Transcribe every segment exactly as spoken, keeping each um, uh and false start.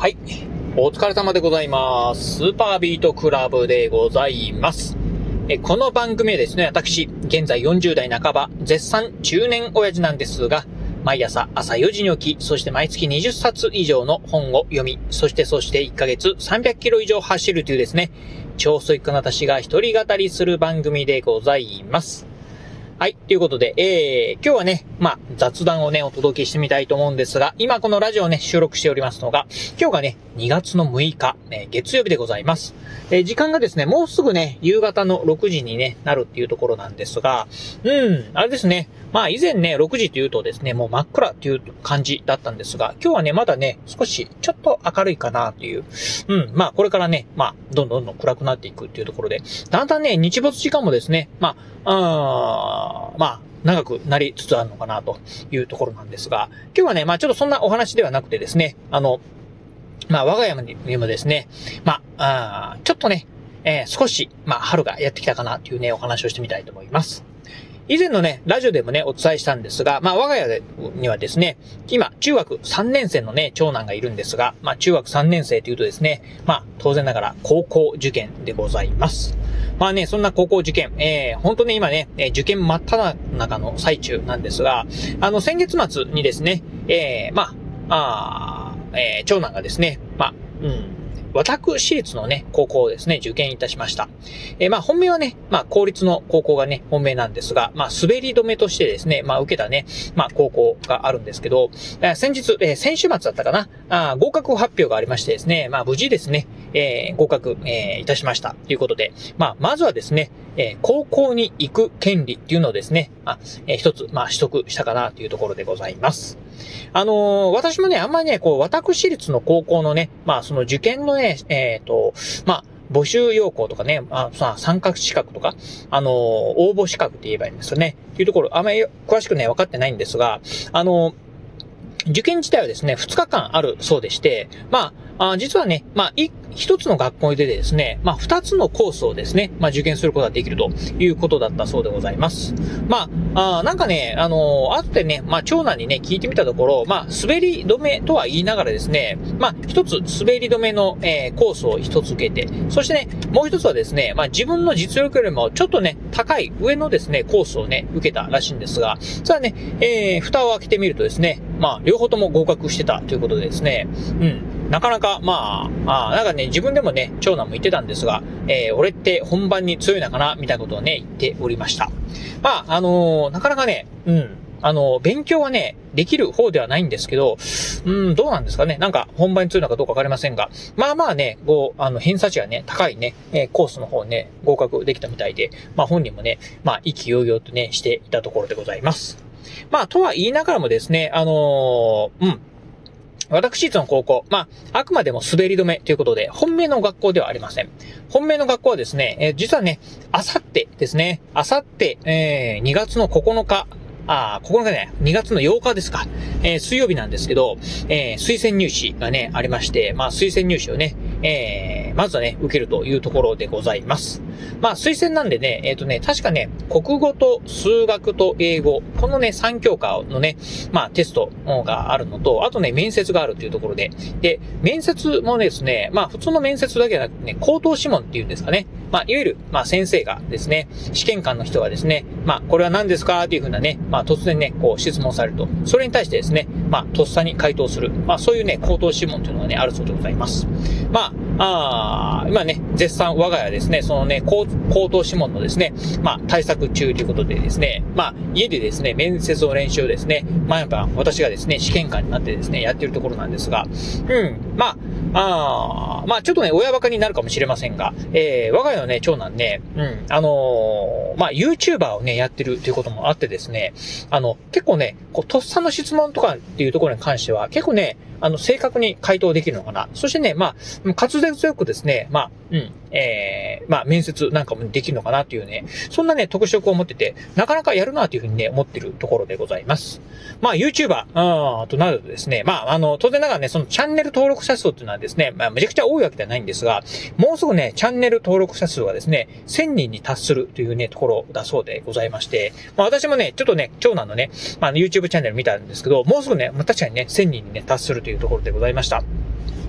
はい。お疲れ様でございます。スーパービートクラブでございます。えこの番組はですね、私、現在よんじゅう代半ば、絶賛中年親父なんですが、毎朝朝よじに起き、そして毎月にじゅっさつ以上の本を読み、そしてそしていっかげつさんびゃくキロ以上走るというですね、超ストイックな私が一人語りする番組でございます。はい。ということで、えー、今日はね、まあ、雑談をね、お届けしてみたいと思うんですが、今このラジオをね、収録しておりますのが、今日がね、にがつのむいか、えー、月曜日でございます。えー、時間がですね、もうすぐね、夕方のろくじにね、なるっていうところなんですが、うん、あれですね、まあ以前ね、ろくじというとですね、もう真っ暗っていう感じだったんですが、今日はね、まだね、少しちょっと明るいかなという、うん、まあこれからね、まあ、どんどんどんどん暗くなっていくっていうところで、だんだんね、日没時間もですね、まあ、あまあ、長くなりつつあるのかなというところなんですが、今日はね、まあちょっとそんなお話ではなくてですね、あの、まあ我が家にもですね、まあ、あちょっとね、えー、少し、まあ春がやってきたかなというね、お話をしてみたいと思います。以前のね、ラジオでもね、お伝えしたんですが、まあ我が家にはですね、今、中学さんねん生のね、長男がいるんですが、まあ中学さんねん生というとですね、まあ当然ながら高校受験でございます。まあね、そんな高校受験、えー、本当ね、今ね、受験真っ只中の最中なんですが、あの、先月末にですね、えー、まあ、あえー、長男がですね、まあ、うん、私立のね、高校をですね、受験いたしました。えー、まあ、本命はね、まあ、公立の高校がね、本命なんですが、まあ、滑り止めとしてですね、まあ、受けたね、まあ、高校があるんですけど、えー、先日、えー、先週末だったかな、あ合格発表がありましてですね、まあ、無事ですね、えー、合格、えー、いたしました。ということで、まあ、まずはですね、えー、高校に行く権利っていうのをですね、まあ、えー、一つ、まあ、取得したかなというところでございます。あのー、私もね、あんまりね、こう、私立の高校のね、まあ、その受験のね、えっと、まあ、募集要項とかね、あさ参加資格とか、あのー、応募資格って言えばいいんですよね。っていうところ、あんまり詳しくね、分かってないんですが、あのー、受験自体はですね、ふつかかんあるそうでして、まあ、あ実はね、まあ、い、一つの学校でですね、まあ、二つのコースをですね、まあ、受験することができるということだったそうでございます。まあ、あなんかね、あのー、後でね、まあ、長男にね、聞いてみたところ、まあ、滑り止めとは言いながらですね、まあ、一つ滑り止めの、えー、コースを一つ受けて、そしてね、もう一つはですね、まあ、自分の実力よりもちょっとね、高い上のですね、コースをね、受けたらしいんですが、それはね、えー、蓋を開けてみるとですね、まあ、両方とも合格してたということでですね、うん。なかなか、まあ、あなんかね、自分でもね、長男も言ってたんですが、えー、俺って本番に強いのかなみたいなことをね、言っておりました。まあ、あのー、なかなかね、うん、あのー、勉強はね、できる方ではないんですけど、うん、どうなんですかね。なんか、本番に強いのかどうかわかりませんが、まあまあね、こう、あの、偏差値がね、高いね、えー、コースの方ね、合格できたみたいで、まあ本人もね、まあ、意気揚々とね、していたところでございます。まあ、とは言いながらもですね、あのー、うん。私立の高校、まあ、あくまでも滑り止めということで、本命の学校ではありません。本命の学校はですね、えー、実はね、あさってですね、あさって、えー、にがつのここのか、あここのかね、にがつのようかですか、えー、水曜日なんですけど、えー、推薦入試がね、ありまして、まあ、推薦入試をね、えー、まずはね、受けるというところでございます。まあ、推薦なんでね、えっとね、確かね、国語と数学と英語、このね、さん教科のね、まあ、テストがあるのと、あとね、面接があるというところで、で、面接もですね、まあ、普通の面接だけじゃなくてね、口頭試問っていうんですかね、まあ、いわゆる、まあ、先生がですね、試験官の人がですね、まあ、これは何ですかっていうふうなね、まあ、突然ね、こう、質問されると、それに対してですね、まあ、とっさに回答する、まあ、そういうね、口頭試問というのがね、あるそうでございます。まあ、あ今ね、絶賛我が家はですね、そのね、口頭試問のですね、まあ、対策中ということでですね、まあ、家でですね、面接の練習をですね、毎晩私がですね、試験官になってですね、やっているところなんですが、うん、まあ、あまあ、ちょっとね、親バカになるかもしれませんが、えー、我が家のね、長男ね、うん、あのー、まあ、YouTuber をね、やってるということもあってですね、あの、結構ね、こう、とっさの質問とかっていうところに関しては、結構ね、あの、正確に回答できるのかな。そしてね、まあ、滑舌よくですね、まあ、うん、えー、まあ、面接なんかもできるのかなっていうね、そんなね、特色を持ってて、なかなかやるなというふうにね、思ってるところでございます。まあ、YouTuber、あーとなるとですね、まあ、あの、当然ながらね、そのチャンネル登録者数っていうのはですね、まあ、めちゃくちゃ多いわけではないんですが、もうすぐね、チャンネル登録者数はですね、せんにんに達するというね、ところだそうでございまして、まあ、私もね、ちょっとね、長男のね、まあ、YouTube チャンネル見たんですけど、もうすぐね、確かにね、せんにんにね、達するというところでございました。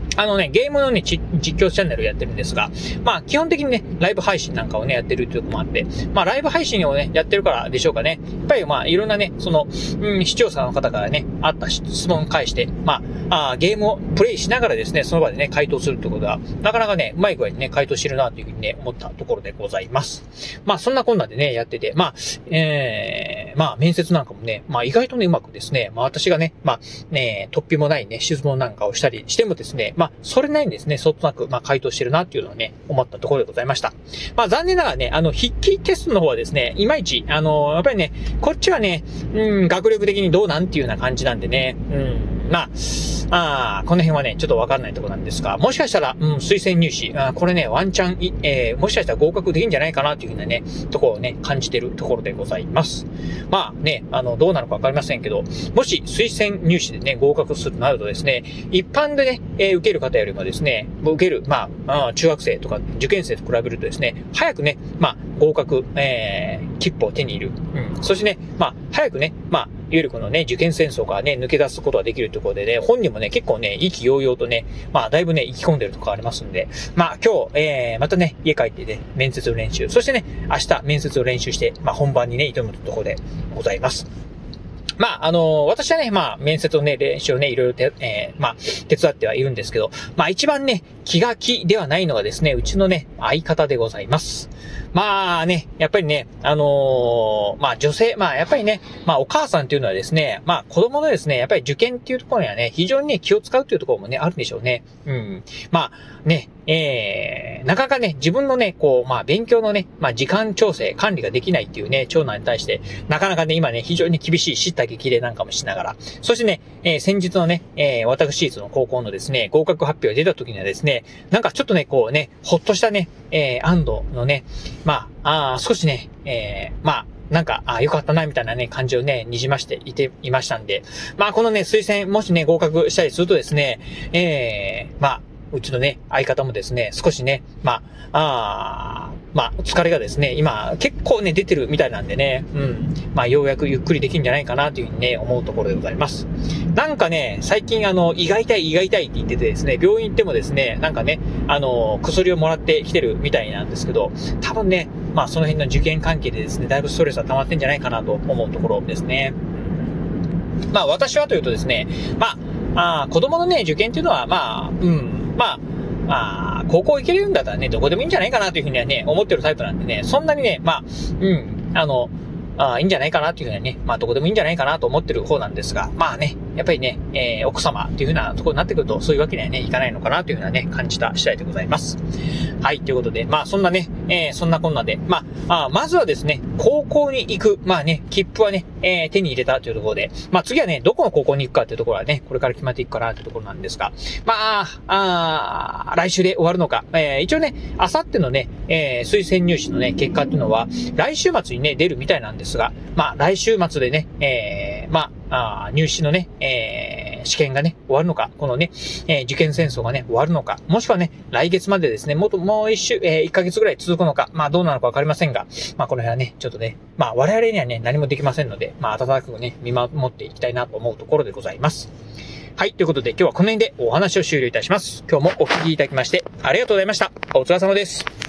あのね、ゲームのね、実況チャンネルをやってるんですが、まあ、基本的にね、ライブ配信なんかをね、やってるっていうところもあって、まあ、ライブ配信をね、やってるからでしょうかね。やっぱりまあ、いろんなね、その、うん、視聴者の方からね、あった質問を返して、まあ、あゲームをプレイしながらですね、その場でね、回答するってことは、なかなかね、うまい具合にね、回答してるなというふうにね、思ったところでございます。まあ、そんなこんなでね、やってて、まあ、えー、まあ、面接なんかもね、まあ、意外とね、うまくですね、まあ、私がね、まあ、ね、突飛もないね、質問なんかをしたりしてもですね、まあ、それなりにですね、そっとなく、まあ、回答してるなっていうのはね、思ったところでございました。まあ、残念ながらね、あの、筆記テストの方はですね、いまいち、あの、やっぱりね、こっちはね、うん、学力的にどうなんっていうような感じなんでね、うん、まあ、あこの辺はね、ちょっとわかんないところなんですが、もしかしたら、うん、推薦入試、あこれね、ワンチャン、えー、もしかしたら合格できるんじゃないかなというふうなね、ところをね、感じてるところでございます。まあね、あの、どうなのかわかりませんけど、もし推薦入試でね、合格するとなるとですね、一般でね、えー、受ける方よりもですね、受ける、まあ、中学生とか受験生と比べるとですね、早くね、まあ、合格、えー、切符を手に入る。うん。そしてね、まあ、早くね、まあ、いわゆるこのね、受験戦争からね、抜け出すことができるということでね、本人もね、結構ね、意気揚々とね、まあ、だいぶね、意気込んでるところありますんで、まあ、今日、えー、またね、家帰ってね、面接を練習、そしてね、明日面接を練習して、まあ、本番にね、挑むところでございます。まあ、あのー、私はね、まあ、面接をね、練習をね、いろいろて、えー、まあ、手伝ってはいるんですけど、まあ、一番ね、気が気ではないのがですね、うちのね、相方でございます。まあね、やっぱりね、あのー、まあ女性、まあやっぱりね、まあお母さんっていうのはですね、まあ子供のですね、やっぱり受験っていうところにはね、非常にね、気を使うっていうところもね、あるんでしょうね。うん。まあね、えー、なかなかね、自分のね、こう、まあ勉強のね、まあ時間調整、管理ができないっていうね、長男に対して、なかなかね、今ね、非常に厳しい叱咤激励なんかもしながら、そしてね、えー、先日のね、えー、私立の高校のですね、合格発表が出た時にはですね、なんかちょっとね、こうね、ほっとしたね、えー、安堵のね、まあ、あ少しね、えー、まあ、なんか、あ良かったな、みたいなね、感じをね、にじましていて、いましたんで、まあ、このね、推薦、もしね、合格したりするとですね、えー、まあ、うちのね、相方もですね、少しね、まあ、あまあ、疲れがですね、今、結構ね、出てるみたいなんでね、うん。まあ、ようやくゆっくりできるんじゃないかな、というふうにね、思うところでございます。なんかね、最近あの、胃が痛い、胃が痛いって言っててですね、病院行ってもですね、なんかね、あの、薬をもらってきてるみたいなんですけど、多分ね、まあ、その辺の受験関係でですね、だいぶストレスは溜まってんじゃないかなと思うところですね。まあ、私はというとですね、まあ、あ子供のね、受験っていうのは、まあ、うん、まあ、まあ、高校行けるんだったらね、どこでもいいんじゃないかなというふうにはね、思ってるタイプなんでね、そんなにね、まあ、うん、あの、あいいんじゃないかなというふうにね、まあ、どこでもいいんじゃないかなと思ってる方なんですが、まあね、やっぱりね、えー、奥様っていうふうなところになってくると、そういうわけにはね、いかないのかなというふうなね、感じた次第でございます。はい、ということで、まあ、そんなね、えー、そんなこんなで、まあ、あまずはですね、高校に行く、まあね、切符はね、えー、手に入れたというところで、まあ、次はね、どこの高校に行くかというところはね、これから決まっていくかなというところなんですが、まあ、あ来週で終わるのか、えー、一応ね、あさってのね、えー、推薦入試のね、結果っていうのは、来週末にね、出るみたいなんですが、まあ、来週末でね、えー、まあ、あ入試のね、えー、試験がね、終わるのか、このね、えー、受験戦争がね、終わるのか、もしくはね、来月までですね、もっともう一週、えー、一ヶ月ぐらい続くのか、まあ、どうなのかわかりませんが、まあ、この辺はね、ちょっとね、まあ、我々にはね、何もできませんので、まあ、温かくね、見守っていきたいなと思うところでございます。はい、ということで、今日はこの辺でお話を終了いたします。今日もお聞きいただきまして、ありがとうございました。お疲れ様です。